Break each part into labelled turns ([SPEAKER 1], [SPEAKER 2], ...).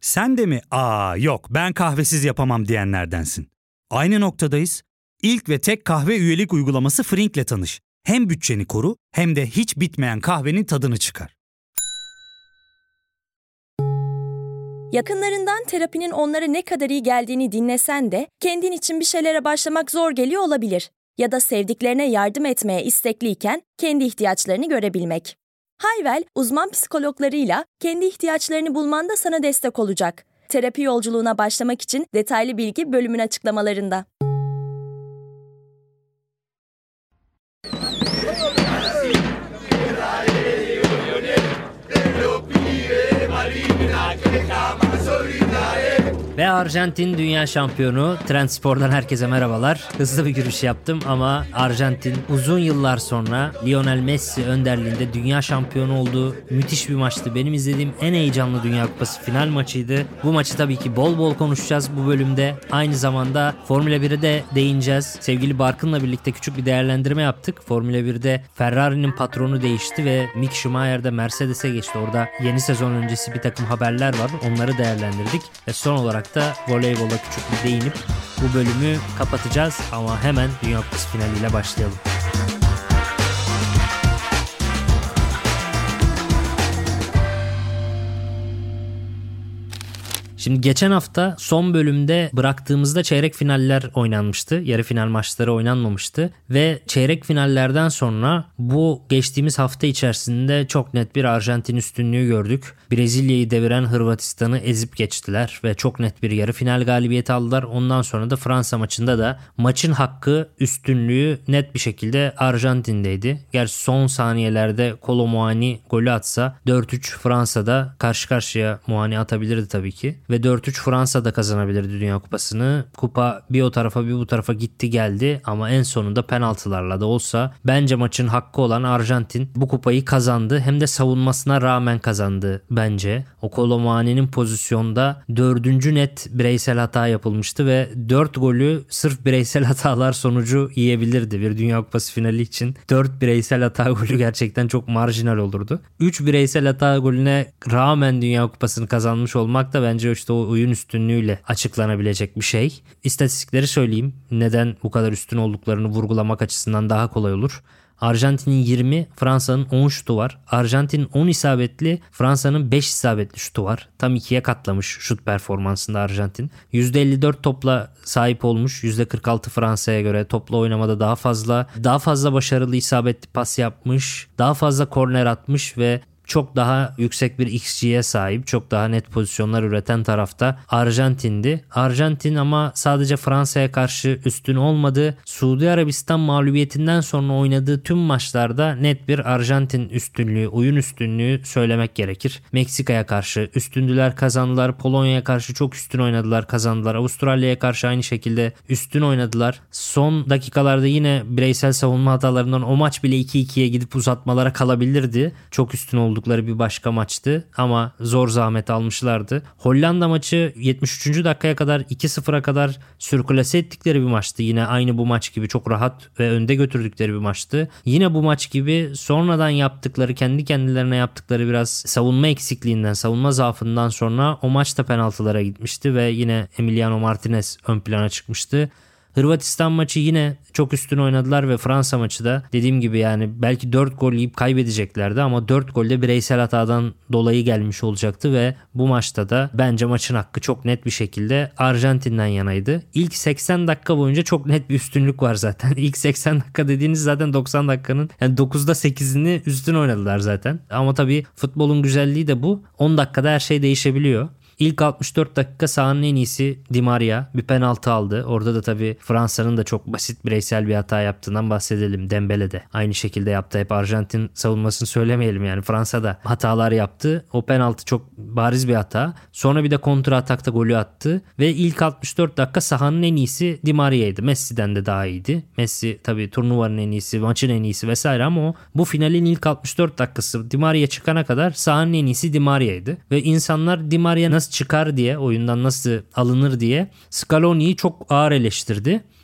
[SPEAKER 1] Sen de mi yok ben kahvesiz yapamam diyenlerdensin? Aynı noktadayız. İlk ve tek kahve üyelik uygulaması Frink'le tanış. Hem bütçeni koru hem de hiç bitmeyen kahvenin tadını çıkar.
[SPEAKER 2] Yakınlarından terapinin onlara ne kadar iyi geldiğini dinlesen de kendin için bir şeylere başlamak zor geliyor olabilir. Ya da sevdiklerine yardım etmeye istekliyken kendi ihtiyaçlarını görebilmek. Hayvel, uzman psikologlarıyla kendi ihtiyaçlarını bulmanda sana destek olacak. Terapi yolculuğuna başlamak için detaylı bilgi bölümün açıklamalarında.
[SPEAKER 3] Ve Arjantin dünya şampiyonu. Trendspor'dan herkese merhabalar. Hızlı bir giriş yaptım ama Arjantin uzun yıllar sonra Lionel Messi önderliğinde dünya şampiyonu oldu. Müthiş bir maçtı. Benim izlediğim en heyecanlı Dünya Kupası final maçıydı. Bu maçı tabii ki bol bol konuşacağız bu bölümde. Aynı zamanda Formula 1'e de değineceğiz. Sevgili Barkın'la birlikte küçük bir değerlendirme yaptık. Formula 1'de Ferrari'nin patronu değişti ve Mick Schumacher de Mercedes'e geçti. Orada yeni sezon öncesi bir takım haberler var. Onları değerlendirdik. Ve son olarak da voleybola küçük bir değinip bu bölümü kapatacağız ama hemen Dünya Kupası finaliyle başlayalım. Şimdi geçen hafta son bölümde bıraktığımızda çeyrek finaller oynanmıştı. Yarı final maçları oynanmamıştı. Ve çeyrek finallerden sonra bu geçtiğimiz hafta içerisinde çok net bir Arjantin üstünlüğü gördük. Brezilya'yı deviren Hırvatistan'ı ezip geçtiler ve çok net bir yarı final galibiyeti aldılar. Ondan sonra da Fransa maçında da maçın hakkı, üstünlüğü net bir şekilde Arjantin'deydi. Gerçi son saniyelerde Kolo Muani golü atsa 4-3 Fransa'da karşı karşıya Muani atabilirdi tabii ki. Ve 4-3 Fransa'da kazanabilirdi Dünya Kupası'nı. Kupa bir o tarafa bir bu tarafa gitti geldi ama en sonunda penaltılarla da olsa bence maçın hakkı olan Arjantin bu kupayı kazandı. Hem de savunmasına rağmen kazandı bence. O Kolo Muani'nin pozisyonda 4. net bireysel hata yapılmıştı ve 4 golü sırf bireysel hatalar sonucu yiyebilirdi. Bir Dünya Kupası finali için 4 bireysel hata golü gerçekten çok marjinal olurdu. 3 bireysel hata golüne rağmen Dünya Kupası'nı kazanmış olmak da bence işte o oyun üstünlüğüyle açıklanabilecek bir şey. İstatistikleri söyleyeyim. Neden bu kadar üstün olduklarını vurgulamak açısından daha kolay olur. Arjantin'in 20, Fransa'nın 10 şutu var. Arjantin'in 10 isabetli, Fransa'nın 5 isabetli şutu var. Tam 2'ye katlamış şut performansında Arjantin. %54 topla sahip olmuş. %46 Fransa'ya göre topla oynamada daha fazla başarılı isabetli pas yapmış. Daha fazla korner atmış ve çok daha yüksek bir XG'ye sahip, çok daha net pozisyonlar üreten tarafta Arjantin'di. Arjantin ama sadece Fransa'ya karşı üstün olmadı. Suudi Arabistan mağlubiyetinden sonra oynadığı tüm maçlarda net bir Arjantin üstünlüğü, oyun üstünlüğü söylemek gerekir. Meksika'ya karşı üstündüler, kazandılar. Polonya'ya karşı çok üstün oynadılar, kazandılar. Avustralya'ya karşı aynı şekilde üstün oynadılar. Son dakikalarda yine bireysel savunma hatalarından o maç bile 2-2'ye gidip uzatmalara kalabilirdi. Çok üstün oldu bir başka maçtı ama zor zahmet almışlardı. Hollanda maçı 73. dakikaya kadar 2-0'a kadar sürklase ettikleri bir maçtı. Yine aynı bu maç gibi çok rahat ve önde götürdükleri bir maçtı. Yine bu maç gibi sonradan yaptıkları, kendi kendilerine yaptıkları biraz savunma eksikliğinden, savunma zaafından sonra o maç da penaltılara gitmişti ve yine Emiliano Martinez ön plana çıkmıştı. Hırvatistan maçı yine çok üstün oynadılar ve Fransa maçı da dediğim gibi yani belki 4 gol yiyip kaybedeceklerdi ama 4 gol de bireysel hatadan dolayı gelmiş olacaktı ve bu maçta da bence maçın hakkı çok net bir şekilde Arjantin'den yanaydı. İlk 80 dakika boyunca çok net bir üstünlük var zaten. İlk 80 dakika dediğiniz zaten 90 dakikanın yani 9'da 8'ini üstün oynadılar zaten. Ama tabii futbolun güzelliği de bu. 10 dakikada her şey değişebiliyor. İlk 64 dakika sahanın en iyisi Di Maria bir penaltı aldı. Orada da tabii Fransa'nın da çok basit bireysel bir hata yaptığından bahsedelim. Dembele de aynı şekilde yaptı. Hep Arjantin savunmasını söylemeyelim yani. Fransa da hatalar yaptı. O penaltı çok bariz bir hata. Sonra bir de kontra atakta golü attı. Ve ilk 64 dakika sahanın en iyisi Di Maria'ydı. Messi'den de daha iyiydi. Messi tabii turnuvanın en iyisi, maçın en iyisi vesaire ama bu finalin ilk 64 dakikası Di Maria çıkana kadar sahanın en iyisi Di Maria'ydı. Ve insanlar Di Maria nasıl çıkar diye, oyundan nasıl alınır diye Scaloni'yi çok ağır eleştirdi.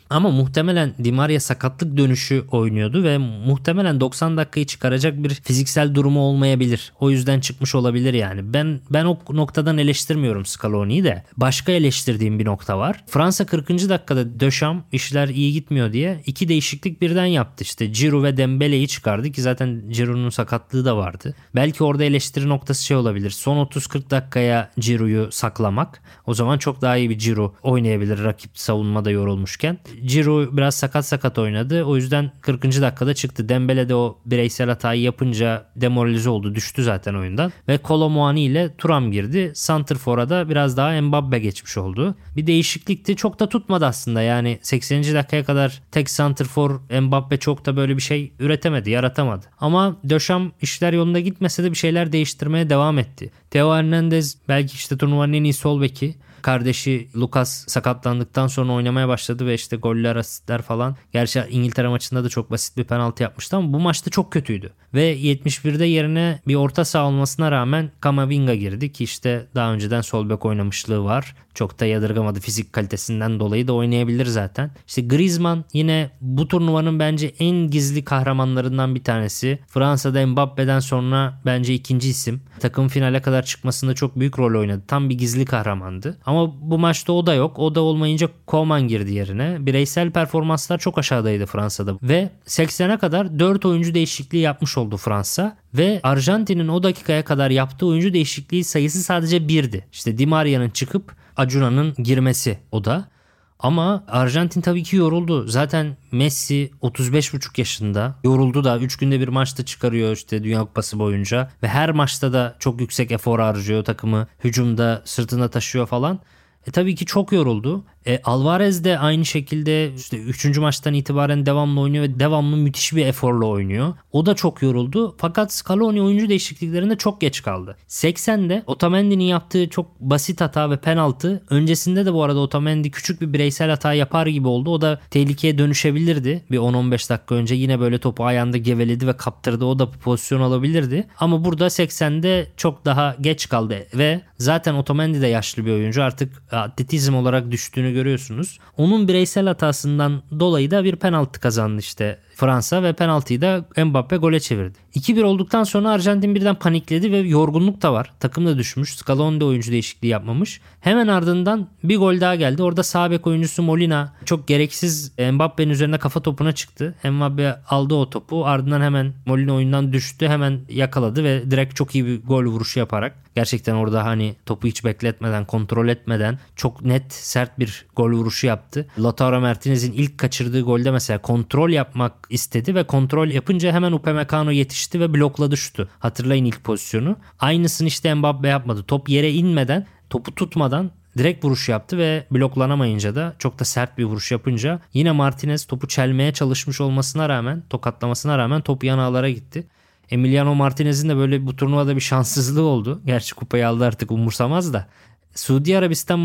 [SPEAKER 3] Ama muhtemelen Di Maria sakatlık dönüşü oynuyordu ve muhtemelen 90 dakikayı çıkaracak bir fiziksel durumu olmayabilir. O yüzden çıkmış olabilir yani. Ben o noktadan eleştirmiyorum Scaloni'yi de. Başka eleştirdiğim bir nokta var. Fransa 40. dakikada Deschamps işler iyi gitmiyor diye 2 değişiklik birden yaptı. İşte Giroud ve Dembele'yi çıkardı ki zaten Giroud'un sakatlığı da vardı. Belki orada eleştiri noktası şey olabilir. Son 30-40 dakikaya Giroud'u saklamak. O zaman çok daha iyi bir Giroud oynayabilir rakip savunmada yorulmuşken. Giroud biraz sakat oynadı. O yüzden 40. dakikada çıktı. Dembele de o bireysel hatayı yapınca demoralize oldu. Düştü zaten oyundan. Ve Kolo Muani ile Thuram girdi. Santrfor'a da biraz daha Mbappe geçmiş oldu. Bir değişiklikti. Çok da tutmadı aslında. Yani 80. dakikaya kadar tek santrfor Mbappe çok da böyle bir şey üretemedi, yaratamadı. Ama Deschamps işler yolunda gitmese de bir şeyler değiştirmeye devam etti. Theo Hernandez belki işte turnuvanın en iyi sol beki. Kardeşi Lucas sakatlandıktan sonra oynamaya başladı ve işte goller, asistler falan. Gerçi İngiltere maçında da çok basit bir penaltı yapmıştı ama bu maçta çok kötüydü. Ve 71'de yerine bir orta saha olmasına rağmen Camavinga girdi ki işte daha önceden sol bek oynamışlığı var. Çok da yadırgamadı, fizik kalitesinden dolayı da oynayabilir zaten. İşte Griezmann yine bu turnuvanın bence en gizli kahramanlarından bir tanesi. Fransa'da Mbappe'den sonra bence ikinci isim. Takım finale kadar çıkmasında çok büyük rol oynadı. Tam bir gizli kahramandı. Ama bu maçta o da yok. O da olmayınca Koeman girdi yerine. Bireysel performanslar çok aşağıdaydı Fransa'da. Ve 80'e kadar 4 oyuncu değişikliği yapmış oldu Fransa. Ve Arjantin'in o dakikaya kadar yaptığı oyuncu değişikliği sayısı sadece 1'di. İşte Di Maria'nın çıkıp Acuna'nın girmesi o da. Ama Arjantin tabii ki yoruldu. Zaten Messi 35,5 yaşında. Yoruldu da 3 günde bir maçta çıkarıyor işte Dünya Kupası boyunca. Ve her maçta da çok yüksek efor harcıyor, takımı hücumda sırtında taşıyor falan. Tabii ki çok yoruldu. Alvarez de aynı şekilde işte 3. maçtan itibaren devamlı oynuyor ve devamlı müthiş bir eforla oynuyor. O da çok yoruldu. Fakat Scaloni oyuncu değişikliklerinde çok geç kaldı. 80'de Otamendi'nin yaptığı çok basit hata ve penaltı. Öncesinde de bu arada Otamendi küçük bir bireysel hata yapar gibi oldu. O da tehlikeye dönüşebilirdi. Bir 10-15 dakika önce yine böyle topu ayağında geveledi ve kaptırdı. O da pozisyon alabilirdi. Ama burada 80'de çok daha geç kaldı ve zaten Otamendi de yaşlı bir oyuncu. Artık atletizm olarak düştüğünü görüyorsunuz. Onun bireysel hatasından dolayı da bir penaltı kazandı işte Fransa ve penaltıyı da Mbappe gole çevirdi. 2-1 olduktan sonra Arjantin birden panikledi ve yorgunluk da var. Takım da düşmüş. Scaloni de oyuncu değişikliği yapmamış. Hemen ardından bir gol daha geldi. Orada sağ bek oyuncusu Molina çok gereksiz Mbappe'nin üzerine kafa topuna çıktı. Mbappe aldı o topu. Ardından hemen Molina oyundan düştü. Hemen yakaladı ve direkt çok iyi bir gol vuruşu yaparak gerçekten orada hani topu hiç bekletmeden, kontrol etmeden çok net, sert bir gol vuruşu yaptı. Lautaro Martinez'in ilk kaçırdığı golde mesela kontrol yapmak istedi ve kontrol yapınca hemen Upamecano yetişti ve blokladı şutu. Hatırlayın ilk pozisyonu. Aynısını işte Mbappe yapmadı. Top yere inmeden, topu tutmadan direkt vuruş yaptı ve bloklanamayınca da çok da sert bir vuruş yapınca yine Martinez topu çelmeye çalışmış olmasına rağmen, tokatlamasına rağmen top yan ağlara gitti. Emiliano Martinez'in de böyle bu turnuvada bir şanssızlığı oldu. Gerçi kupayı aldı artık umursamaz da. Suudi Arabistan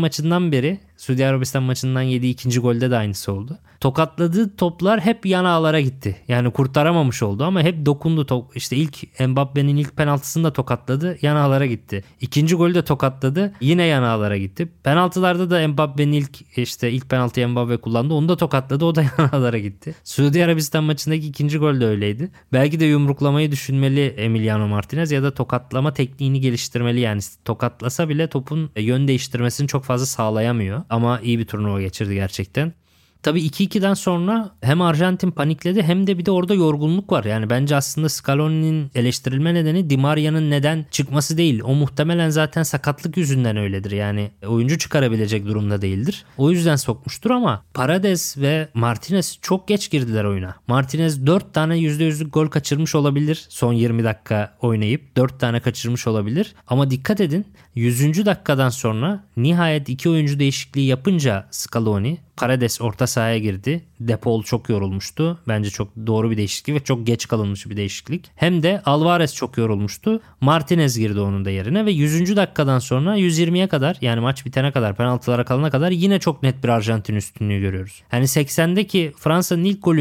[SPEAKER 3] maçından yediği ikinci golde de aynısı oldu. Tokatladığı toplar hep yan ağlara gitti. Yani kurtaramamış oldu ama hep dokundu top. İşte ilk Mbappe'nin ilk penaltısını da tokatladı, yan ağlara gitti. İkinci golü de tokatladı, yine yan ağlara gitti. Penaltılarda da Mbappe'nin ilk penaltıyı Mbappe kullandı. Onu da tokatladı, o da yan ağlara gitti. Suudi Arabistan maçındaki ikinci gol de öyleydi. Belki de yumruklamayı düşünmeli Emiliano Martinez ya da tokatlama tekniğini geliştirmeli. Yani tokatlasa bile topun yön değiştirmesini çok fazla sağlayamıyor. Ama iyi bir turnuva geçirdi gerçekten. Tabii 2-2'den sonra hem Arjantin panikledi hem de bir de orada yorgunluk var. Yani bence aslında Scaloni'nin eleştirilme nedeni Di Maria'nın neden çıkması değil. O muhtemelen zaten sakatlık yüzünden öyledir. Yani oyuncu çıkarabilecek durumda değildir. O yüzden sokmuştur ama Paredes ve Martinez çok geç girdiler oyuna. Martinez 4 tane %100'lük gol kaçırmış olabilir. Son 20 dakika oynayıp 4 tane kaçırmış olabilir. Ama dikkat edin 100. dakikadan sonra nihayet 2 oyuncu değişikliği yapınca Scaloni, Paredes orta sahaya girdi. Depol çok yorulmuştu. Bence çok doğru bir değişiklik ve çok geç kalınmış bir değişiklik. Hem de Alvarez çok yorulmuştu. Martinez girdi onun da yerine ve 100. dakikadan sonra 120'ye kadar, yani maç bitene kadar, penaltılara kalana kadar yine çok net bir Arjantin üstünlüğü görüyoruz. Yani 80'deki Fransa'nın ilk golünden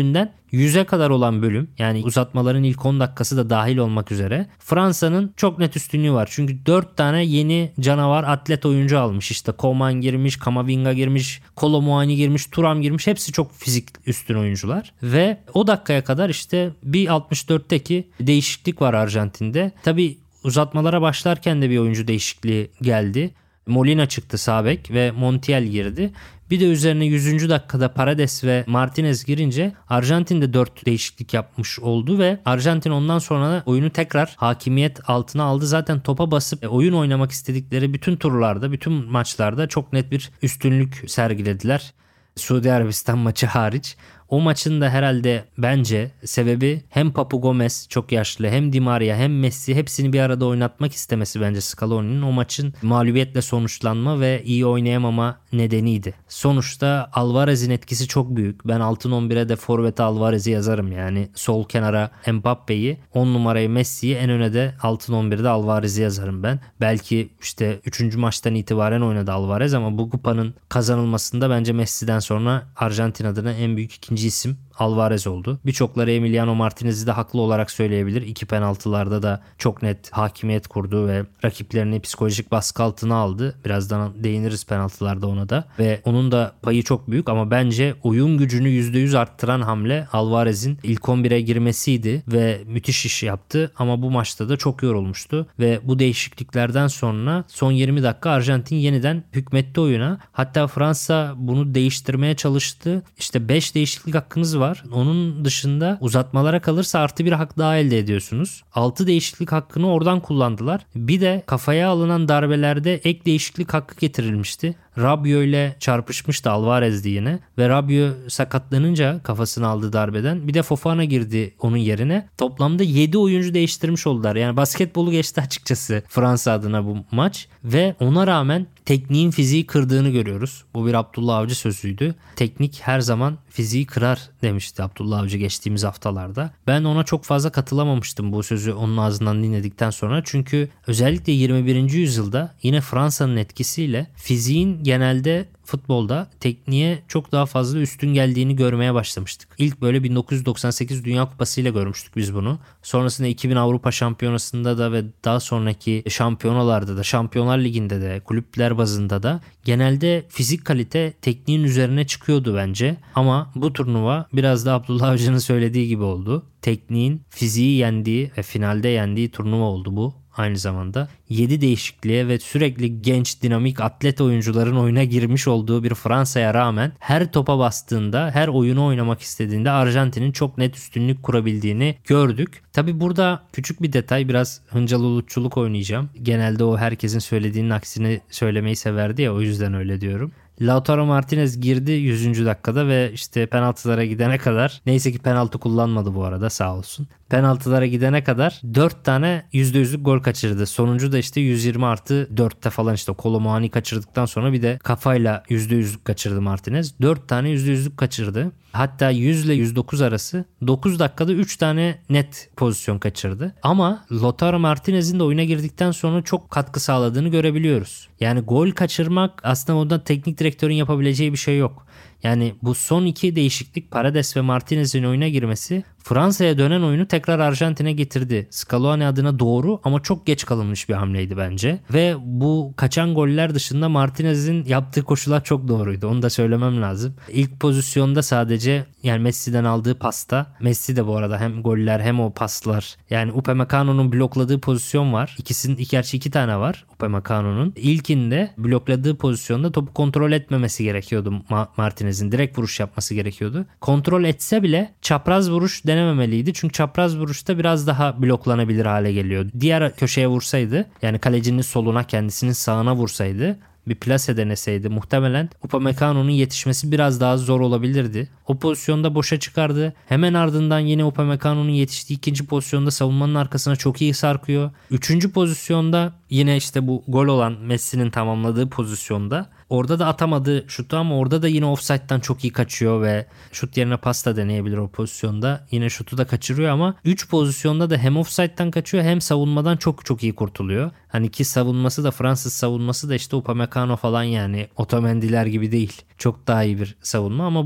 [SPEAKER 3] 100'e kadar olan bölüm, yani uzatmaların ilk 10 dakikası da dahil olmak üzere Fransa'nın çok net üstünlüğü var. Çünkü 4 tane yeni canavar atlet oyuncu almış. İşte Coman girmiş, Kamavinga girmiş, Kolo Muani girmiş, Thuram girmiş. Hepsi çok fizik üstün oyuncular. Ve o dakikaya kadar işte bir 64'teki değişiklik var Arjantin'de. Tabii uzatmalara başlarken de bir oyuncu değişikliği geldi. Molina çıktı sağ bek ve Montiel girdi. Bir de üzerine 100. dakikada Paredes ve Martinez girince Arjantin de 4 değişiklik yapmış oldu ve Arjantin ondan sonra oyunu tekrar hakimiyet altına aldı. Zaten topa basıp oyun oynamak istedikleri bütün turlarda, bütün maçlarda çok net bir üstünlük sergilediler. Suudi Arabistan maçı hariç. O maçın da herhalde bence sebebi hem Papu Gomez çok yaşlı, hem Di Maria hem Messi hepsini bir arada oynatmak istemesi bence Scaloni'nin. O maçın mağlubiyetle sonuçlanma ve iyi oynayamama nedeniydi. Sonuçta Alvarez'in etkisi çok büyük. Ben altın 11'e de forvet Alvarez'i yazarım yani. Sol kenara Mbappe'yi, 10 numarayı Messi'yi, en öne de altın 11'de Alvarez'i yazarım ben. Belki işte 3. maçtan itibaren oynadı Alvarez ama bu kupanın kazanılmasında bence Messi'den sonra Arjantin adına en büyük ikinci isim Alvarez oldu. Birçokları Emiliano Martinez'i de haklı olarak söyleyebilir. 2 penaltılarda da çok net hakimiyet kurdu ve rakiplerini psikolojik baskı altına aldı. Birazdan değiniriz penaltılarda ona da. Ve onun da payı çok büyük ama bence oyun gücünü %100 arttıran hamle Alvarez'in ilk 11'e girmesiydi ve müthiş iş yaptı. Ama bu maçta da çok yorulmuştu ve bu değişikliklerden sonra son 20 dakika Arjantin yeniden hükmetti oyuna. Hatta Fransa bunu değiştirmeye çalıştı. İşte 5 değişiklik hakkınız var. Onun dışında uzatmalara kalırsa artı bir hak daha elde ediyorsunuz. 6 değişiklik hakkını oradan kullandılar. Bir de kafaya alınan darbelerde ek değişiklik hakkı getirilmişti. Rabiot ile çarpışmıştı Alvarez'di yine ve Rabiot sakatlanınca kafasını aldı darbeden. Bir de Fofana girdi onun yerine. Toplamda 7 oyuncu değiştirmiş oldular. Yani basketbolu geçti açıkçası Fransa adına bu maç ve ona rağmen tekniğin fiziği kırdığını görüyoruz. Bu bir Abdullah Avcı sözüydü. Teknik her zaman fiziği kırar demişti Abdullah Avcı geçtiğimiz haftalarda. Ben ona çok fazla katılamamıştım bu sözü onun ağzından dinledikten sonra. Çünkü özellikle 21. yüzyılda yine Fransa'nın etkisiyle fiziğin genelde futbolda tekniğe çok daha fazla üstün geldiğini görmeye başlamıştık. İlk böyle 1998 Dünya Kupası ile görmüştük biz bunu. Sonrasında 2000 Avrupa Şampiyonası'nda da ve daha sonraki şampiyonalarda da, Şampiyonlar Ligi'nde de, kulüpler bazında da genelde fizik kalite tekniğin üzerine çıkıyordu bence. Ama bu turnuva biraz da Abdullah Avcı'nın söylediği gibi oldu. Tekniğin fiziği yendiği ve finalde yendiği turnuva oldu bu. Aynı zamanda 7 değişikliğe ve sürekli genç, dinamik atlet oyuncuların oyuna girmiş olduğu bir Fransa'ya rağmen her topa bastığında, her oyunu oynamak istediğinde Arjantin'in çok net üstünlük kurabildiğini gördük. Tabi burada küçük bir detay, biraz hıncal ulutçuluk oynayacağım. Genelde o herkesin söylediğinin aksini söylemeyi severdi ya, o yüzden öyle diyorum. Lautaro Martinez girdi 100. dakikada ve işte penaltılara gidene kadar, neyse ki penaltı kullanmadı bu arada sağ olsun. Penaltılara gidene kadar 4 tane %100'lük gol kaçırdı. Sonuncu da işte 120+4'te falan, işte Kolo Muani kaçırdıktan sonra bir de kafayla %100'lük kaçırdı Martinez. 4 tane %100'lük kaçırdı. Hatta 100 ile 109 arası 9 dakikada 3 tane net pozisyon kaçırdı. Ama Lautaro Martinez'in de oyuna girdikten sonra çok katkı sağladığını görebiliyoruz. Yani gol kaçırmak aslında onda teknik direktörün yapabileceği bir şey yok. Yani bu son 2 değişiklik, Paredes ve Martinez'in oyuna girmesi Fransa'ya dönen oyunu tekrar Arjantin'e getirdi. Scaloni adına doğru ama çok geç kalınmış bir hamleydi bence. Ve bu kaçan goller dışında Martinez'in yaptığı koşular çok doğruydu. Onu da söylemem lazım. İlk pozisyonda sadece, yani Messi'den aldığı pasta. Messi de bu arada hem goller hem o paslar. Yani Upamecano'nun blokladığı pozisyon var. Gerçi 2 tane var Upamecano'nun. İlkinde blokladığı pozisyonda topu kontrol etmemesi gerekiyordu Martinez'in. Direkt vuruş yapması gerekiyordu. Kontrol etse bile çapraz vuruş denememeliydi. Çünkü çapraz vuruşta biraz daha bloklanabilir hale geliyor. Diğer köşeye vursaydı, yani kalecinin soluna, kendisinin sağına vursaydı, bir plase deneseydi muhtemelen Upamecano'nun yetişmesi biraz daha zor olabilirdi. O pozisyonda boşa çıkardı. Hemen ardından yine Upamecano'nun yetiştiği ikinci pozisyonda savunmanın arkasına çok iyi sarkıyor. Üçüncü pozisyonda yine işte bu gol olan Messi'nin tamamladığı pozisyonda, orada da atamadı şutu ama orada da yine offside'dan çok iyi kaçıyor ve şut yerine pas da deneyebilir o pozisyonda. Yine şutu da kaçırıyor ama 3 pozisyonda da hem offside'dan kaçıyor hem savunmadan çok çok iyi kurtuluyor. Hani ki savunması da, Fransız savunması da işte Upamecano falan, yani Otamendiler gibi değil. Çok daha iyi bir savunma ama bu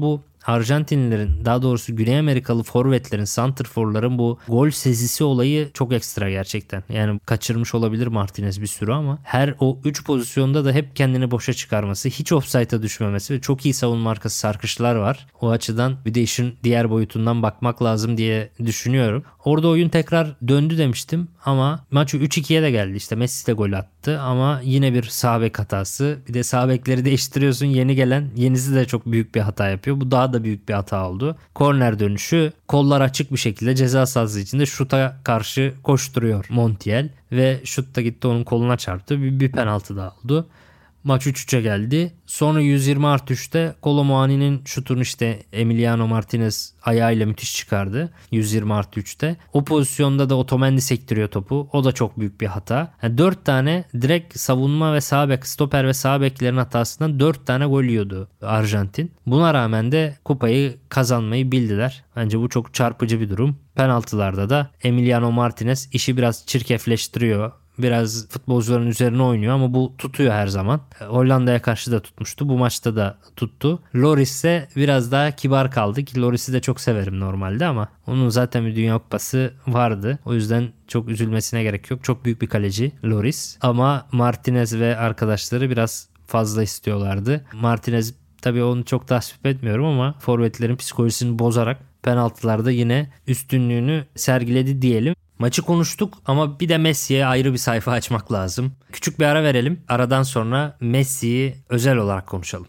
[SPEAKER 3] Arjantinlilerin, daha doğrusu Güney Amerikalı forvetlerin, santrforların bu gol sezisi olayı çok ekstra gerçekten. Yani kaçırmış olabilir Martinez bir sürü ama her o 3 pozisyonda da hep kendini boşa çıkarması, hiç offside'a düşmemesi ve çok iyi savunma arkası sarkışlar var. O açıdan bir de işin diğer boyutundan bakmak lazım diye düşünüyorum. Orada oyun tekrar döndü demiştim ama maçı 3-2'ye de geldi. İşte Messi de gol attı ama yine bir sağ bek hatası. Bir de sağ bekleri değiştiriyorsun. Yeni gelen yenisi de çok büyük bir hata yapıyor. Bu daha da büyük bir hata oldu. Korner dönüşü, kollar açık bir şekilde ceza sahası içinde şuta karşı koşturuyor Montiel ve şut da gitti onun koluna çarptı. Bir penaltı daha oldu. Maç 3-3'e geldi. Sonra 120+3'te Kolo Muani'nin şutunu işte Emiliano Martinez ayağıyla müthiş çıkardı. 120+3'te. O pozisyonda da Otamendi sektiriyor topu. O da çok büyük bir hata. Yani 4 tane direkt savunma ve sağ bek, stoper ve sağ beklerin hatasından 4 tane gol yiyordu Arjantin. Buna rağmen de kupayı kazanmayı bildiler. Bence bu çok çarpıcı bir durum. Penaltılarda da Emiliano Martinez işi biraz çirkefleştiriyor. Biraz futbolcuların üzerine oynuyor ama bu tutuyor her zaman. Hollanda'ya karşı da tutmuştu. Bu maçta da tuttu. Lloris ise biraz daha kibar kaldı ki Lloris'i de çok severim normalde ama onun zaten bir Dünya Kupası vardı. O yüzden çok üzülmesine gerek yok. Çok büyük bir kaleci Lloris ama Martinez ve arkadaşları biraz fazla istiyorlardı. Martinez tabii onu çok tasvip etmiyorum ama forvetlerin psikolojisini bozarak penaltılarda yine üstünlüğünü sergiledi diyelim. Maçı konuştuk ama bir de Messi'ye ayrı bir sayfa açmak lazım. Küçük bir ara verelim. Aradan sonra Messi'yi özel olarak konuşalım.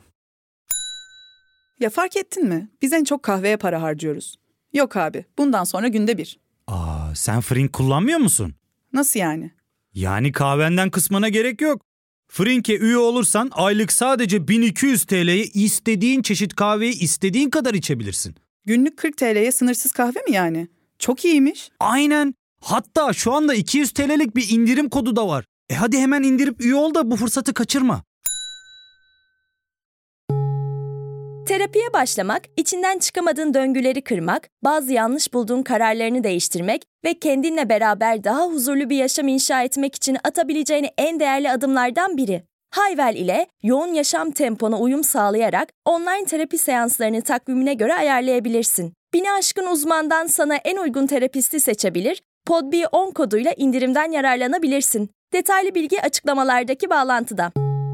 [SPEAKER 4] Ya fark ettin mi? Biz en çok kahveye para harcıyoruz. Yok abi, bundan sonra günde bir.
[SPEAKER 1] Sen Frink kullanmıyor musun?
[SPEAKER 4] Nasıl yani?
[SPEAKER 1] Yani kahvenden kısmına gerek yok. Frink'e üye olursan aylık sadece 1200 TL'ye istediğin çeşit kahveyi istediğin kadar içebilirsin.
[SPEAKER 4] Günlük 40 TL'ye sınırsız kahve mi yani? Çok iyiymiş.
[SPEAKER 1] Aynen. Hatta şu anda 200 TL'lik bir indirim kodu da var. Hadi hemen indirip üye ol da bu fırsatı kaçırma.
[SPEAKER 2] Terapiye başlamak, içinden çıkamadığın döngüleri kırmak, bazı yanlış bulduğun kararlarını değiştirmek ve kendinle beraber daha huzurlu bir yaşam inşa etmek için atabileceğin en değerli adımlardan biri. Hayvel ile yoğun yaşam tempona uyum sağlayarak online terapi seanslarını takvimine göre ayarlayabilirsin. 1000'i aşkın uzmandan sana en uygun terapisti seçebilir, PodB10 koduyla indirimden yararlanabilirsin. Detaylı bilgi açıklamalardaki bağlantıda.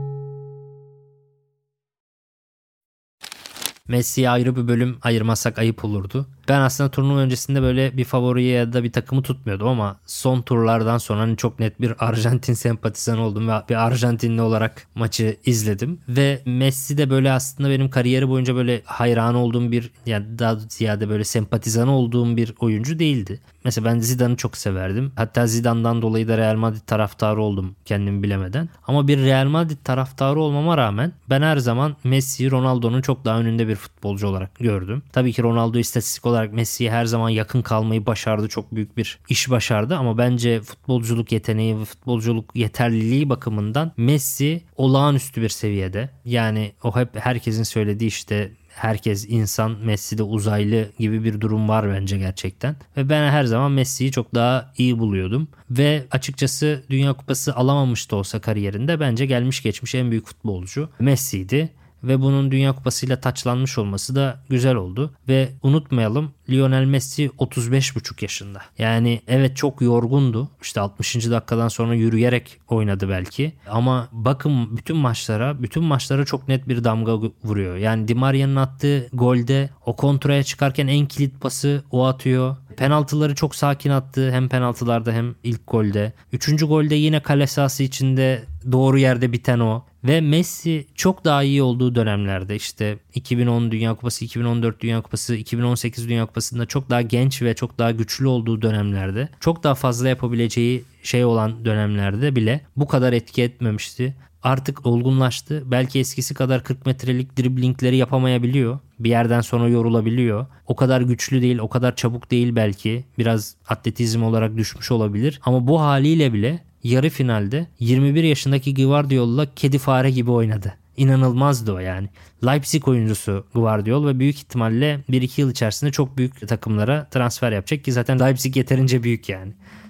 [SPEAKER 3] Messi'ye ayrı bir bölüm ayırmasak ayıp olurdu. Ben aslında turnuva öncesinde böyle bir favoriye ya da bir takımı tutmuyordum ama son turlardan sonra hani çok net bir Arjantin sempatizanı oldum ve bir Arjantinli olarak maçı izledim. Ve Messi de böyle aslında benim kariyeri boyunca böyle hayran olduğum bir, yani daha ziyade böyle sempatizanı olduğum bir oyuncu değildi. Mesela ben Zidane'ı çok severdim. Hatta Zidane'dan dolayı da Real Madrid taraftarı oldum kendimi bilemeden. Ama bir Real Madrid taraftarı olmama rağmen ben her zaman Messi'yi Ronaldo'nun çok daha önünde bir futbolcu olarak gördüm. Tabii ki Ronaldo istatistik olarak Messi'ye her zaman yakın kalmayı başardı. Çok büyük bir iş başardı ama bence futbolculuk yeteneği ve futbolculuk yeterliliği bakımından Messi olağanüstü bir seviyede. Yani o hep herkesin söylediği işte herkes insan, Messi de uzaylı gibi bir durum var bence gerçekten. Ve ben her zaman Messi'yi çok daha iyi buluyordum. Ve açıkçası Dünya Kupası alamamış da olsa kariyerinde bence gelmiş geçmiş en büyük futbolcu Messi'ydi. Ve bunun Dünya Kupası'yla taçlanmış olması da güzel oldu. Ve unutmayalım, Lionel Messi 35,5 yaşında. Yani evet çok yorgundu. İşte 60. dakikadan sonra yürüyerek oynadı belki. Ama bakın bütün maçlara çok net bir damga vuruyor. Yani Di Maria'nın attığı golde o kontraya çıkarken en kilit pası o atıyor. Penaltıları çok sakin attı. Hem penaltılarda hem ilk golde. 3. golde yine kale sahası içinde doğru yerde biten o. Ve Messi çok daha iyi olduğu dönemlerde işte 2010 Dünya Kupası, 2014 Dünya Kupası, 2018 Dünya Kupası'nda çok daha genç ve çok daha güçlü olduğu dönemlerde, çok daha fazla yapabileceği şey olan dönemlerde bile bu kadar etki etmemişti. Artık olgunlaştı. Belki eskisi kadar 40 metrelik driblingleri yapamayabiliyor. Bir yerden sonra yorulabiliyor. O kadar güçlü değil, o kadar çabuk değil belki. Biraz atletizm olarak düşmüş olabilir. Ama bu haliyle bile yarı finalde 21 yaşındaki Gvardiol'la kedi fare gibi oynadı. İnanılmazdı o yani. Leipzig oyuncusu Gvardiol ve büyük ihtimalle 1-2 yıl içerisinde çok büyük takımlara transfer yapacak ki zaten Leipzig yeterince büyük yani.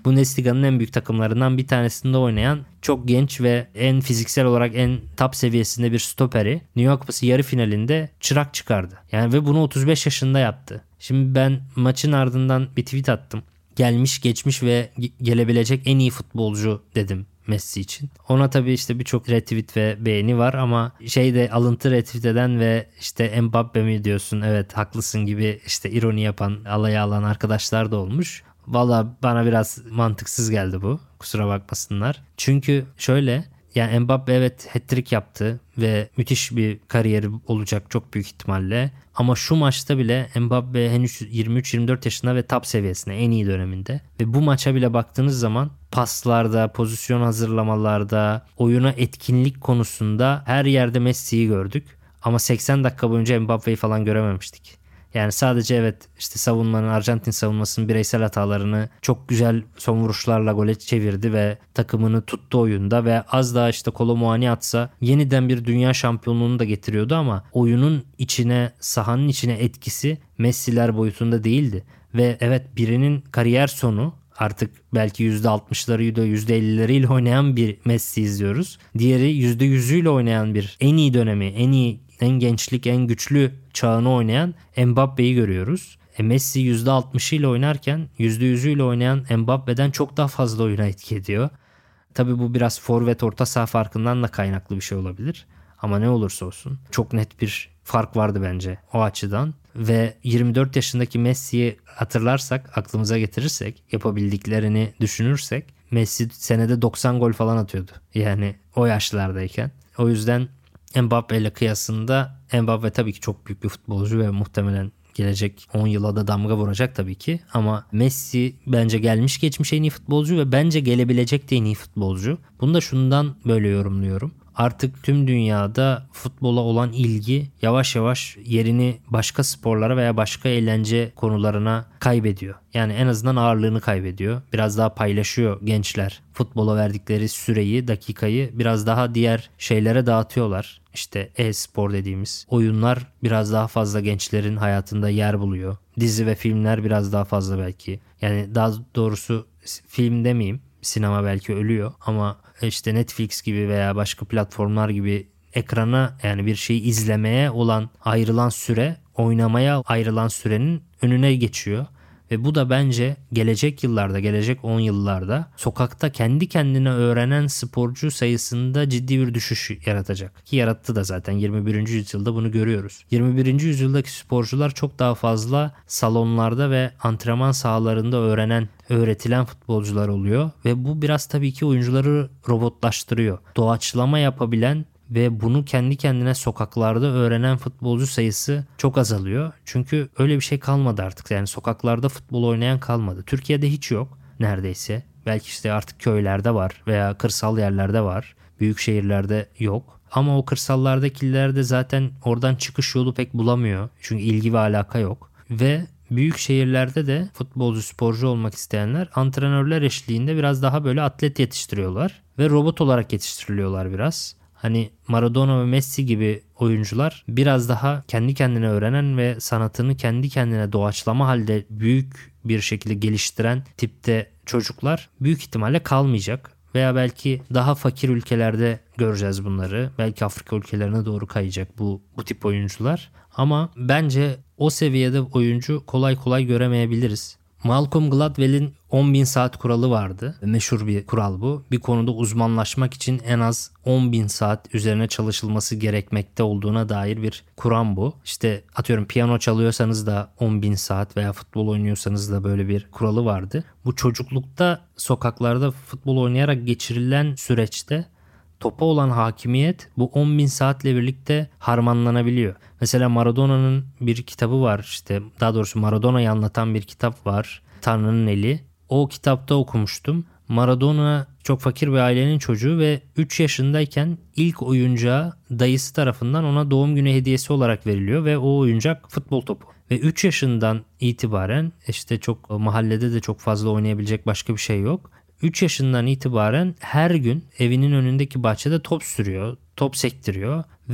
[SPEAKER 3] Bundesliga'nın en büyük takımlarından bir tanesinde oynayan çok genç ve en fiziksel olarak en top seviyesinde bir stoperi New York Kupası yarı finalinde çırak çıkardı. Yani ve bunu 35 yaşında yaptı. Şimdi ben maçın ardından bir tweet attım. Gelmiş, geçmiş ve gelebilecek en iyi futbolcu dedim Messi için. Ona tabii işte birçok retweet ve beğeni var ama alıntı retweet eden ve işte Mbappe mi diyorsun, evet haklısın gibi işte ironi yapan, alaya alan arkadaşlar da olmuş. Valla bana biraz mantıksız geldi bu. Kusura bakmasınlar. Çünkü şöyle, yani Mbappe evet hat-trick yaptı ve müthiş bir kariyeri olacak çok büyük ihtimalle. Ama şu maçta bile Mbappe henüz 23-24 yaşında ve top seviyesinde, en iyi döneminde. Ve bu maça bile baktığınız zaman paslarda, pozisyon hazırlamalarda, oyuna etkinlik konusunda her yerde Messi'yi gördük. Ama 80 dakika boyunca Mbappe'yi falan görememiştik. Yani sadece evet işte Arjantin savunmasının bireysel hatalarını çok güzel son vuruşlarla gole çevirdi ve takımını tuttu oyunda ve az daha işte Kolo Muani atsa yeniden bir dünya şampiyonluğunu da getiriyordu ama oyunun içine, sahanın içine etkisi Messi'ler boyutunda değildi. Ve evet, birinin kariyer sonu, artık belki %60'larıyla %50'leriyle oynayan bir Messi izliyoruz. Diğeri %100'üyle oynayan bir en iyi dönemi, en gençlik, en güçlü çağını oynayan Mbappe'yi görüyoruz. Messi %60'ıyla oynarken %100'üyle oynayan Mbappe'den çok daha fazla oyuna etki ediyor. Tabii bu biraz forvet orta saha farkından da kaynaklı bir şey olabilir. Ama ne olursa olsun çok net bir fark vardı bence o açıdan. Ve 24 yaşındaki Messi'yi hatırlarsak, aklımıza getirirsek, yapabildiklerini düşünürsek Messi senede 90 gol falan atıyordu. Yani o yaşlardayken. O yüzden Mbappe ile kıyasında Mbappe tabii ki çok büyük bir futbolcu ve muhtemelen gelecek 10 yıla da damga vuracak tabii ki. Ama Messi bence gelmiş geçmiş en iyi futbolcu ve bence gelebilecek de en iyi futbolcu. Bunu da şundan böyle yorumluyorum. Artık tüm dünyada futbola olan ilgi yavaş yavaş yerini başka sporlara veya başka eğlence konularına kaybediyor. Yani en azından ağırlığını kaybediyor. Biraz daha paylaşıyor gençler. Futbola verdikleri süreyi, dakikayı biraz daha diğer şeylere dağıtıyorlar. İşte e-spor dediğimiz oyunlar biraz daha fazla gençlerin hayatında yer buluyor. Dizi ve filmler biraz daha fazla belki. Yani daha doğrusu film demeyeyim. Sinema belki ölüyor ama işte Netflix gibi veya başka platformlar gibi ekrana, yani bir şeyi izlemeye olan ayrılan süre, oynamaya ayrılan sürenin önüne geçiyor. Ve bu da bence gelecek yıllarda, gelecek 10 yıllarda sokakta kendi kendine öğrenen sporcu sayısında ciddi bir düşüş yaratacak. Ki yarattı da zaten, 21. yüzyılda bunu görüyoruz. 21. yüzyıldaki sporcular çok daha fazla salonlarda ve antrenman sahalarında öğretilen futbolcular oluyor. Ve bu biraz tabii ki oyuncuları robotlaştırıyor. Doğaçlama yapabilen ve bunu kendi kendine sokaklarda öğrenen futbolcu sayısı çok azalıyor. Çünkü öyle bir şey kalmadı artık. Yani sokaklarda futbol oynayan kalmadı. Türkiye'de hiç yok neredeyse. Belki işte artık köylerde var veya kırsal yerlerde var. Büyük şehirlerde yok. Ama o kırsallardakiler de zaten oradan çıkış yolu pek bulamıyor. Çünkü ilgi ve alaka yok. Ve büyük şehirlerde de futbolcu, sporcu olmak isteyenler antrenörler eşliğinde biraz daha böyle atlet yetiştiriyorlar. Ve robot olarak yetiştiriliyorlar biraz. Hani Maradona ve Messi gibi oyuncular biraz daha kendi kendine öğrenen ve sanatını kendi kendine doğaçlama halde büyük bir şekilde geliştiren tipte çocuklar büyük ihtimalle kalmayacak. Veya belki daha fakir ülkelerde göreceğiz bunları. Belki Afrika ülkelerine doğru kayacak bu tip oyuncular. Ama bence o seviyede oyuncu kolay kolay göremeyebiliriz. Malcolm Gladwell'in 10.000 saat kuralı vardı. Meşhur bir kural bu. Bir konuda uzmanlaşmak için en az 10.000 saat üzerine çalışılması gerekmekte olduğuna dair bir kuram bu. İşte atıyorum piyano çalıyorsanız da 10.000 saat veya futbol oynuyorsanız da böyle bir kuralı vardı. Bu çocuklukta sokaklarda futbol oynayarak geçirilen süreçte topa olan hakimiyet bu 10.000 saatle birlikte harmanlanabiliyor. Mesela Maradona'nın bir kitabı var, işte daha doğrusu Maradona'yı anlatan bir kitap var, Tanrı'nın Eli. O kitapta okumuştum. Maradona çok fakir bir ailenin çocuğu ve 3 yaşındayken ilk oyuncağı dayısı tarafından ona doğum günü hediyesi olarak veriliyor ve o oyuncak futbol topu. Ve 3 yaşından itibaren işte çok mahallede de çok fazla oynayabilecek başka bir şey yok. 3 yaşından itibaren her gün evinin önündeki bahçede top sürüyor, top sektiriyor ve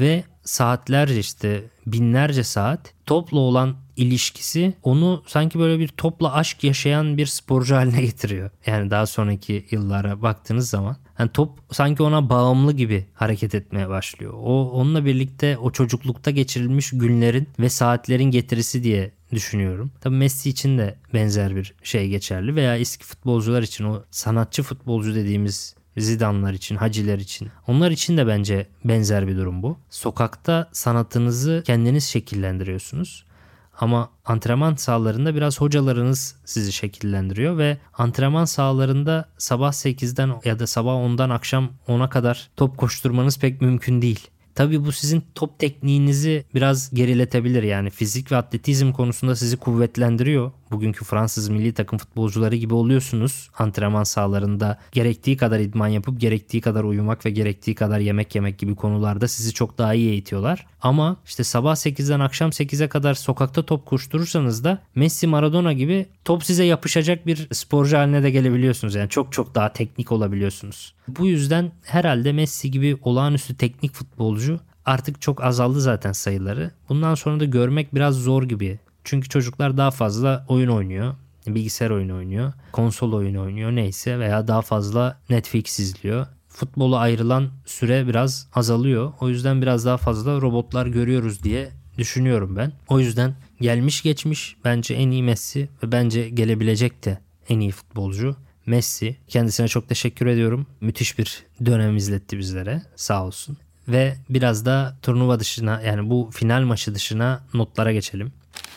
[SPEAKER 3] saatlerce işte binlerce saat topla olan ilişkisi onu sanki böyle bir topla aşk yaşayan bir sporcu haline getiriyor. Yani daha sonraki yıllara baktığınız zaman yani top sanki ona bağımlı gibi hareket etmeye başlıyor. O onunla birlikte o çocuklukta geçirilmiş günlerin ve saatlerin getirisi diye düşünüyorum. Tabii Messi için de benzer bir şey geçerli veya eski futbolcular için o sanatçı futbolcu dediğimiz Zidane'lar için, Haciler için. Onlar için de bence benzer bir durum bu. Sokakta sanatınızı kendiniz şekillendiriyorsunuz. Ama antrenman sahalarında biraz hocalarınız sizi şekillendiriyor ve antrenman sahalarında sabah 8'den ya da sabah 10'dan akşam 10'a kadar top koşturmanız pek mümkün değil. Tabii bu sizin top tekniğinizi biraz geriletebilir. Yani fizik ve atletizm konusunda sizi kuvvetlendiriyor. Bugünkü Fransız milli takım futbolcuları gibi oluyorsunuz. Antrenman sahalarında gerektiği kadar idman yapıp gerektiği kadar uyumak ve gerektiği kadar yemek yemek gibi konularda sizi çok daha iyi eğitiyorlar. Ama işte sabah 8'den akşam 8'e kadar sokakta top koşturursanız da Messi, Maradona gibi top size yapışacak bir sporcu haline de gelebiliyorsunuz. Yani çok çok daha teknik olabiliyorsunuz. Bu yüzden herhalde Messi gibi olağanüstü teknik futbolcu artık çok azaldı zaten sayıları. Bundan sonra da görmek biraz zor gibi. Çünkü çocuklar daha fazla oyun oynuyor. Bilgisayar oyunu oynuyor. Konsol oyunu oynuyor neyse veya daha fazla Netflix izliyor. Futbola ayrılan süre biraz azalıyor. O yüzden biraz daha fazla robotlar görüyoruz diye düşünüyorum ben. O yüzden gelmiş geçmiş bence en iyi Messi ve bence gelebilecek de en iyi futbolcu Messi. Kendisine çok teşekkür ediyorum. Müthiş bir dönem izletti bizlere. Sağ olsun. Ve biraz da turnuva dışına yani bu final maçı dışına notlara geçelim.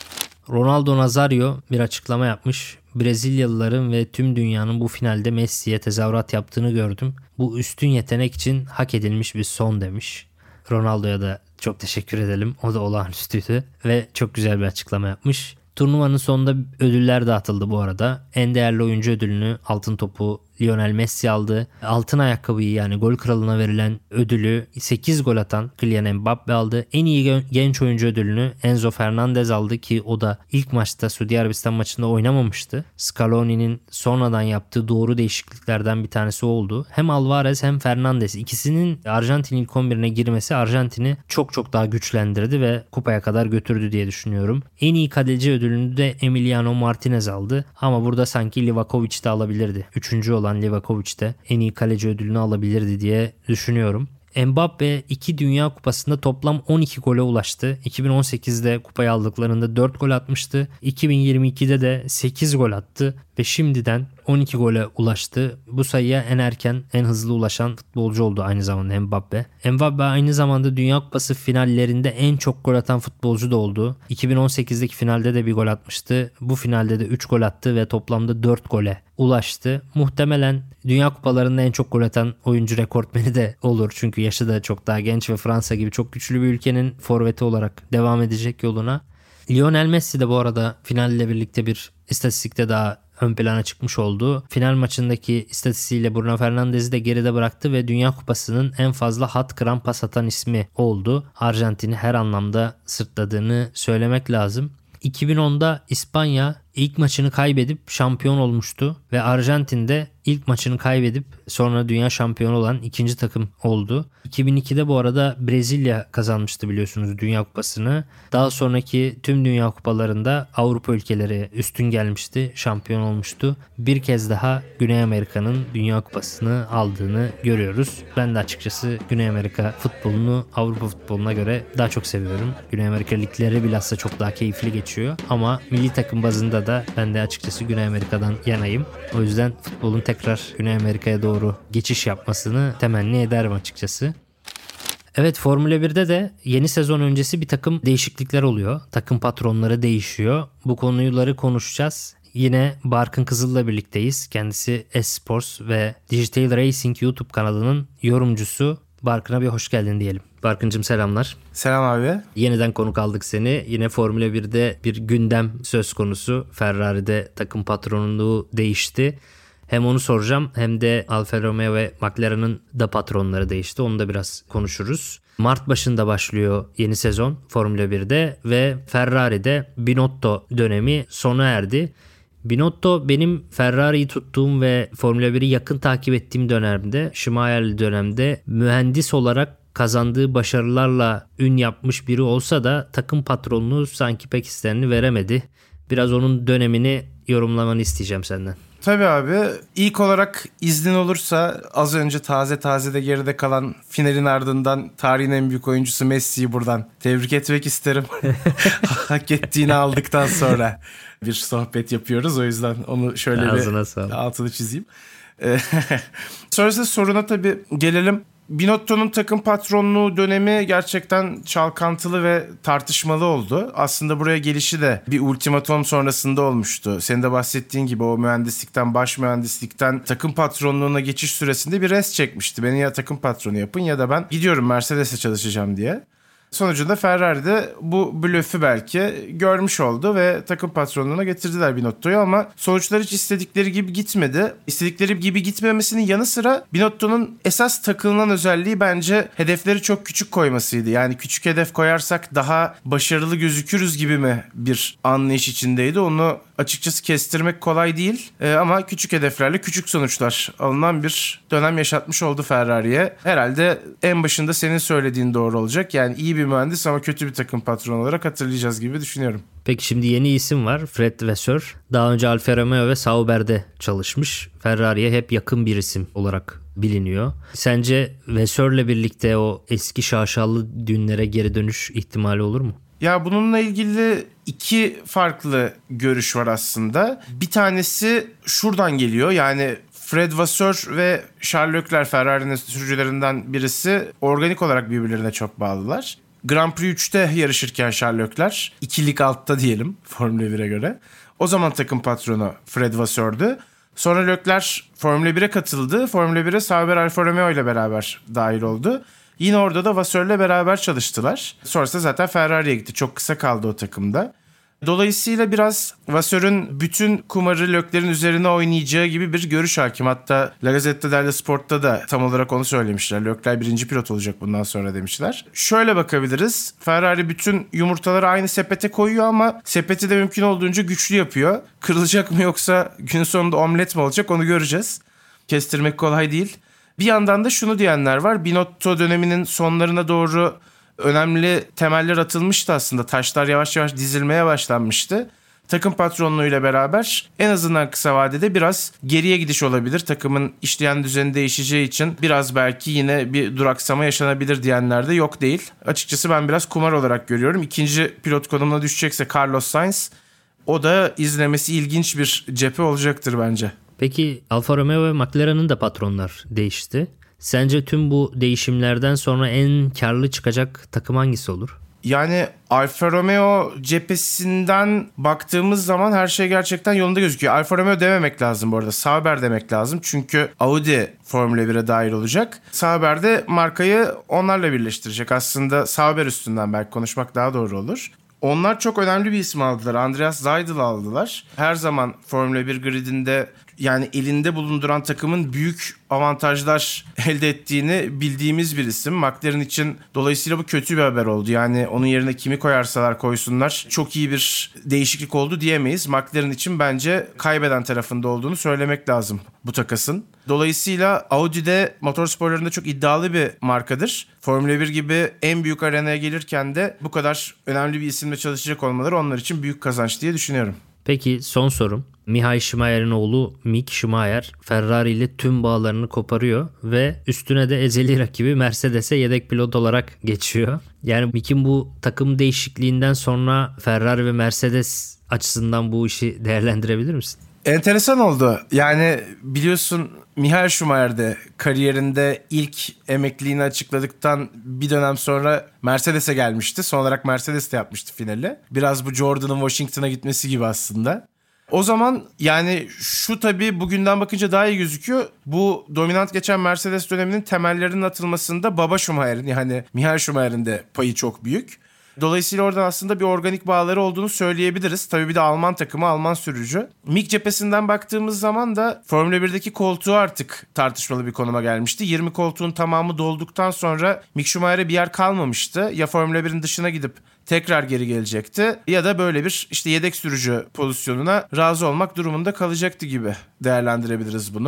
[SPEAKER 3] Ronaldo Nazario bir açıklama yapmış. Brezilyalıların ve tüm dünyanın bu finalde Messi'ye tezahürat yaptığını gördüm. Bu üstün yetenek için hak edilmiş bir son demiş. Ronaldo'ya da çok teşekkür edelim. O da olağanüstüydü ve çok güzel bir açıklama yapmış. Turnuvanın sonunda ödüller dağıtıldı bu arada. En değerli oyuncu ödülünü, altın topu Lionel Messi aldı. Altın ayakkabıyı yani gol kralına verilen ödülü 8 gol atan Kylian Mbappe aldı. En iyi genç oyuncu ödülünü Enzo Fernandez aldı ki o da ilk maçta Suudi Arabistan maçında oynamamıştı. Scaloni'nin sonradan yaptığı doğru değişikliklerden bir tanesi oldu. Hem Alvarez hem Fernandez ikisinin Arjantin ilk 11'ine girmesi Arjantin'i çok çok daha güçlendirdi ve kupaya kadar götürdü diye düşünüyorum. En iyi kaleci ödülünü de Emiliano Martinez aldı ama burada sanki Livakovic de alabilirdi. Üçüncü olan Livakovic de en iyi kaleci ödülünü alabilirdi diye düşünüyorum. Mbappe 2 Dünya Kupası'nda toplam 12 gole ulaştı. 2018'de kupayı aldıklarında 4 gol atmıştı. 2022'de de 8 gol attı ve şimdiden 12 gole ulaştı. Bu sayıya en erken, en hızlı ulaşan futbolcu oldu aynı zamanda Mbappe. Mbappe aynı zamanda Dünya Kupası finallerinde en çok gol atan futbolcu da oldu. 2018'deki finalde de bir gol atmıştı. Bu finalde de 3 gol attı ve toplamda 4 gole ulaştı. Muhtemelen Dünya Kupalarında en çok gol atan oyuncu rekortmeni de olur. Çünkü yaşı da çok daha genç ve Fransa gibi çok güçlü bir ülkenin forveti olarak devam edecek yoluna. Lionel Messi de bu arada finalle birlikte bir istatistikte daha ön plana çıkmış oldu. Final maçındaki istatistiğiyle Bruno Fernandes'i de geride bıraktı ve Dünya Kupası'nın en fazla hat kıran pas atan ismi oldu. Arjantin'i her anlamda sırtladığını söylemek lazım. 2010'da İspanya ilk maçını kaybedip şampiyon olmuştu ve Arjantin'de ilk maçını kaybedip sonra dünya şampiyonu olan ikinci takım oldu. 2002'de bu arada Brezilya kazanmıştı biliyorsunuz Dünya Kupası'nı. Daha sonraki tüm Dünya Kupalarında Avrupa ülkeleri üstün gelmişti, şampiyon olmuştu. Bir kez daha Güney Amerika'nın Dünya Kupası'nı aldığını görüyoruz. Ben de açıkçası Güney Amerika futbolunu Avrupa futboluna göre daha çok seviyorum. Güney Amerika ligleri bilhassa çok daha keyifli geçiyor ama milli takım bazında da ben de açıkçası Güney Amerika'dan yanayım. O yüzden futbolun tekrar Güney Amerika'ya doğru geçiş yapmasını temenni ederim açıkçası. Evet, Formula 1'de de yeni sezon öncesi bir takım değişiklikler oluyor. Takım patronları değişiyor. Bu konuları konuşacağız. Yine Barkın Kızıl'la birlikteyiz. Kendisi Esports ve Digital Racing YouTube kanalının yorumcusu. Barkın'a bir hoş geldin diyelim. Barkıncığım selamlar.
[SPEAKER 5] Selam abi.
[SPEAKER 3] Yeniden konuk aldık seni. Yine Formula 1'de bir gündem söz konusu. Ferrari'de takım patronluğu değişti. Hem onu soracağım hem de Alfa Romeo ve McLaren'ın da patronları değişti. Onu da biraz konuşuruz. Mart başında başlıyor yeni sezon Formula 1'de ve Ferrari'de Binotto dönemi sona erdi. Binotto benim Ferrari'yi tuttuğum ve Formula 1'i yakın takip ettiğim dönemde, Schumacher'li dönemde mühendis olarak kazandığı başarılarla ün yapmış biri olsa da takım patronluğu sanki pek isteneni veremedi. Biraz onun dönemini yorumlamanı isteyeceğim senden.
[SPEAKER 5] Tabii abi. İlk olarak iznin olursa az önce taze de geride kalan finalin ardından tarihin en büyük oyuncusu Messi'yi buradan tebrik etmek isterim. Hak ettiğini aldıktan sonra bir sohbet yapıyoruz. O yüzden onu şöyle bir altını çizeyim. Sonrasında soruna tabii gelelim. Binotto'nun takım patronluğu dönemi gerçekten çalkantılı ve tartışmalı oldu. Aslında buraya gelişi de bir ultimatom sonrasında olmuştu. Senin de bahsettiğin gibi o mühendislikten, baş mühendislikten takım patronluğuna geçiş süresinde bir rest çekmişti. Beni ya takım patronu yapın ya da ben gidiyorum Mercedes'e çalışacağım diye. Sonucunda Ferrari de bu blöfü belki görmüş oldu ve takım patronluğuna getirdiler Binotto'yu ama sonuçlar hiç istedikleri gibi gitmedi. İstedikleri gibi gitmemesinin yanı sıra Binotto'nun esas takılınan özelliği bence hedefleri çok küçük koymasıydı. Yani küçük hedef koyarsak daha başarılı gözükürüz gibi mi bir anlayış içindeydi. Onu açıkçası kestirmek kolay değil ama küçük hedeflerle küçük sonuçlar alınan bir dönem yaşatmış oldu Ferrari'ye. Herhalde en başında senin söylediğin doğru olacak. Yani iyi bir mühendis ama kötü bir takım patronu olarak hatırlayacağız gibi düşünüyorum.
[SPEAKER 3] Peki şimdi yeni isim var, Fred Vasseur. Daha önce Alfa Romeo ve Sauber'de çalışmış. Ferrari'ye hep yakın bir isim olarak biliniyor. Sence Vasseur'le birlikte o eski şaşalı dünlere geri dönüş ihtimali olur mu?
[SPEAKER 5] Ya bununla ilgili iki farklı görüş var aslında. Bir tanesi şuradan geliyor. Yani Fred Vasseur ve Charles Leclerc, Ferrari'nin sürücülerinden birisi, organik olarak birbirlerine çok bağlılar. Grand Prix 3'te yarışırken Charles Leclerc, 2 lig altta diyelim Formula 1'e göre. O zaman takım patronu Fred Vasseur'dü. Sonra Leclerc Formula 1'e katıldı. Formula 1'e Sauber Alfa Romeo ile beraber dahil oldu. Yine orada da Vasseur'le beraber çalıştılar. Sonrasında zaten Ferrari'ye gitti. Çok kısa kaldı o takımda. Dolayısıyla biraz Vasseur'ün bütün kumarı Leclerc'in üzerine oynayacağı gibi bir görüş hakim. Hatta La Gazzetta dello Sport'ta da tam olarak onu söylemişler. Leclerc birinci pilot olacak bundan sonra demişler. Şöyle bakabiliriz. Ferrari bütün yumurtaları aynı sepete koyuyor ama sepeti de mümkün olduğunca güçlü yapıyor. Kırılacak mı yoksa gün sonunda omlet mi olacak onu göreceğiz. Kestirmek kolay değil. Bir yandan da şunu diyenler var. Binotto döneminin sonlarına doğru önemli temeller atılmıştı aslında. Taşlar yavaş yavaş dizilmeye başlanmıştı. Takım patronluğuyla beraber en azından kısa vadede biraz geriye gidiş olabilir. Takımın işleyen düzeni değişeceği için biraz belki yine bir duraksama yaşanabilir diyenler de yok değil. Açıkçası ben biraz kumar olarak görüyorum. İkinci pilot konumuna düşecekse Carlos Sainz, o da izlemesi ilginç bir cephe olacaktır bence.
[SPEAKER 3] Peki Alfa Romeo ve McLaren'ın da patronlar değişti. Sence tüm bu değişimlerden sonra en karlı çıkacak takım hangisi olur?
[SPEAKER 5] Yani Alfa Romeo cephesinden baktığımız zaman her şey gerçekten yolunda gözüküyor. Alfa Romeo dememek lazım bu arada. Sauber demek lazım. Çünkü Audi Formula 1'e dahil olacak. Sauber de markayı onlarla birleştirecek. Aslında Sauber üstünden belki konuşmak daha doğru olur. Onlar çok önemli bir isim aldılar. Andreas Seidl'i aldılar. Her zaman Formula 1 gridinde yani elinde bulunduran takımın büyük avantajlar elde ettiğini bildiğimiz bir isim. McLaren için dolayısıyla bu kötü bir haber oldu. Yani onun yerine kimi koyarsalar koysunlar çok iyi bir değişiklik oldu diyemeyiz. McLaren için bence kaybeden tarafında olduğunu söylemek lazım bu takasın. Dolayısıyla Audi de motorsporlarında çok iddialı bir markadır. Formula 1 gibi en büyük arenaya gelirken de bu kadar önemli bir isimle çalışacak olmaları onlar için büyük kazanç diye düşünüyorum.
[SPEAKER 3] Peki son sorum. Michael Schumacher'in oğlu Mick Schumacher Ferrari ile tüm bağlarını koparıyor ve üstüne de ezeli rakibi Mercedes'e yedek pilot olarak geçiyor. Yani Mick'in bu takım değişikliğinden sonra Ferrari ve Mercedes açısından bu işi değerlendirebilir misin?
[SPEAKER 5] Enteresan oldu. Yani biliyorsun Michael Schumacher de kariyerinde ilk emekliliğini açıkladıktan bir dönem sonra Mercedes'e gelmişti. Son olarak Mercedes'te yapmıştı finali. Biraz bu Jordan'ın Washington'a gitmesi gibi aslında. O zaman yani şu tabii bugünden bakınca daha iyi gözüküyor. Bu dominant geçen Mercedes döneminin temellerinin atılmasında baba Schumacher'in yani Michael Schumacher'in de payı çok büyük. Dolayısıyla oradan aslında bir organik bağları olduğunu söyleyebiliriz. Tabii bir de Alman takımı, Alman sürücü. Mick cephesinden baktığımız zaman da Formula 1'deki koltuğu artık tartışmalı bir konuma gelmişti. 20 koltuğun tamamı dolduktan sonra Mick Schumacher'e bir yer kalmamıştı. Ya Formula 1'in dışına gidip tekrar geri gelecekti ya da böyle bir işte yedek sürücü pozisyonuna razı olmak durumunda kalacaktı gibi değerlendirebiliriz bunu.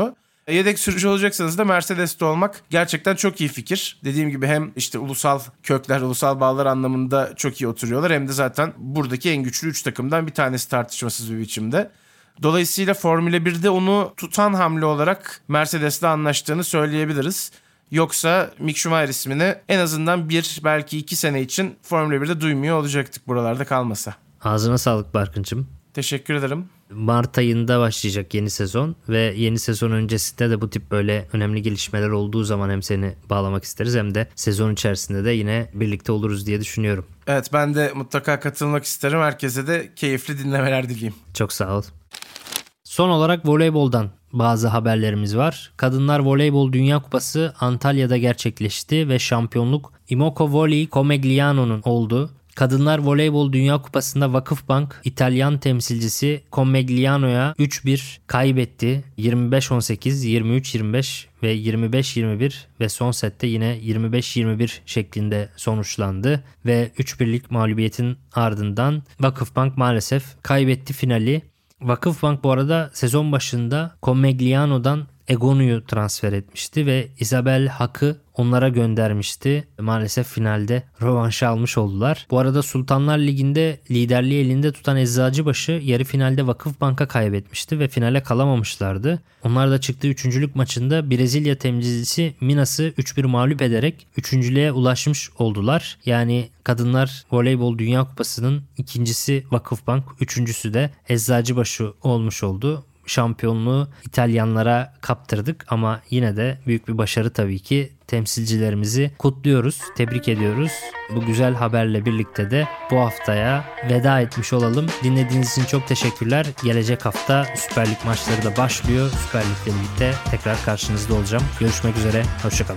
[SPEAKER 5] Yedek sürücü olacaksanız da Mercedes'te olmak gerçekten çok iyi fikir. Dediğim gibi hem işte ulusal kökler, ulusal bağlar anlamında çok iyi oturuyorlar. Hem de zaten buradaki en güçlü 3 takımdan bir tanesi tartışmasız bir biçimde. Dolayısıyla Formula 1'de onu tutan hamle olarak Mercedes'le anlaştığını söyleyebiliriz. Yoksa Mick Schumacher ismini en azından 1 belki 2 sene için Formula 1'de duymuyor olacaktık buralarda kalmasa.
[SPEAKER 3] Ağzına sağlık Barkın'cığım.
[SPEAKER 5] Teşekkür ederim.
[SPEAKER 3] Mart ayında başlayacak yeni sezon ve yeni sezon öncesinde de bu tip böyle önemli gelişmeler olduğu zaman hem seni bağlamak isteriz hem de sezon içerisinde de yine birlikte oluruz diye düşünüyorum.
[SPEAKER 5] Evet, ben de mutlaka katılmak isterim. Herkese de keyifli dinlemeler dileyim.
[SPEAKER 3] Çok sağ ol. Son olarak voleyboldan bazı haberlerimiz var. Kadınlar Voleybol Dünya Kupası Antalya'da gerçekleşti ve şampiyonluk Imoco Volley Comegliano'nun oldu. Kadınlar Voleybol Dünya Kupası'nda Vakıfbank İtalyan temsilcisi Comegliano'ya 3-1 kaybetti. 25-18, 23-25 ve 25-21 ve son sette yine 25-21 şeklinde sonuçlandı. Ve 3-1'lik mağlubiyetin ardından Vakıfbank maalesef kaybetti finali. Vakıfbank bu arada sezon başında Comegliano'dan Egonu'yu transfer etmişti ve Isabel Hak'ı onlara göndermişti. Maalesef finalde rövanşı almış oldular. Bu arada Sultanlar Ligi'nde liderliği elinde tutan Eczacıbaşı yarı finalde Vakıfbank'a kaybetmişti ve finale kalamamışlardı. Onlar da çıktığı üçüncülük maçında Brezilya temsilcisi Minas'ı 3-1 mağlup ederek üçüncülüğe ulaşmış oldular. Yani Kadınlar Voleybol Dünya Kupası'nın ikincisi Vakıfbank, üçüncüsü de Eczacıbaşı olmuş oldu. Şampiyonluğu İtalyanlara kaptırdık ama yine de büyük bir başarı tabii ki. Temsilcilerimizi kutluyoruz, tebrik ediyoruz. Bu güzel haberle birlikte de bu haftaya veda etmiş olalım. Dinlediğiniz için çok teşekkürler. Gelecek hafta Süper Lig maçları da başlıyor. Süper Lig'le birlikte tekrar karşınızda olacağım. Görüşmek üzere, hoşçakalın.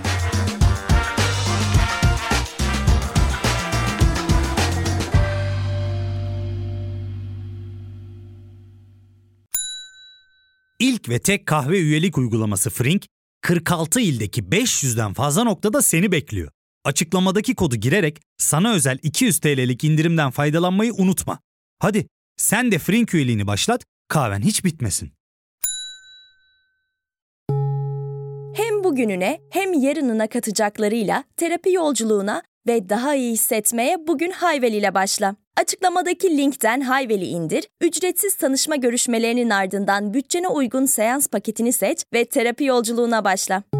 [SPEAKER 1] İlk ve tek kahve üyelik uygulaması Frink, 46 ildeki 500'den fazla noktada seni bekliyor. Açıklamadaki kodu girerek sana özel 200 TL'lik indirimden faydalanmayı unutma. Hadi sen de Frink üyeliğini başlat, kahven hiç bitmesin.
[SPEAKER 2] Hem bugününe hem yarınına katacaklarıyla terapi yolculuğuna ve daha iyi hissetmeye bugün Hayvel ile başla. Açıklamadaki linkten Hayvel'i indir, ücretsiz tanışma görüşmelerinin ardından bütçene uygun seans paketini seç ve terapi yolculuğuna başla.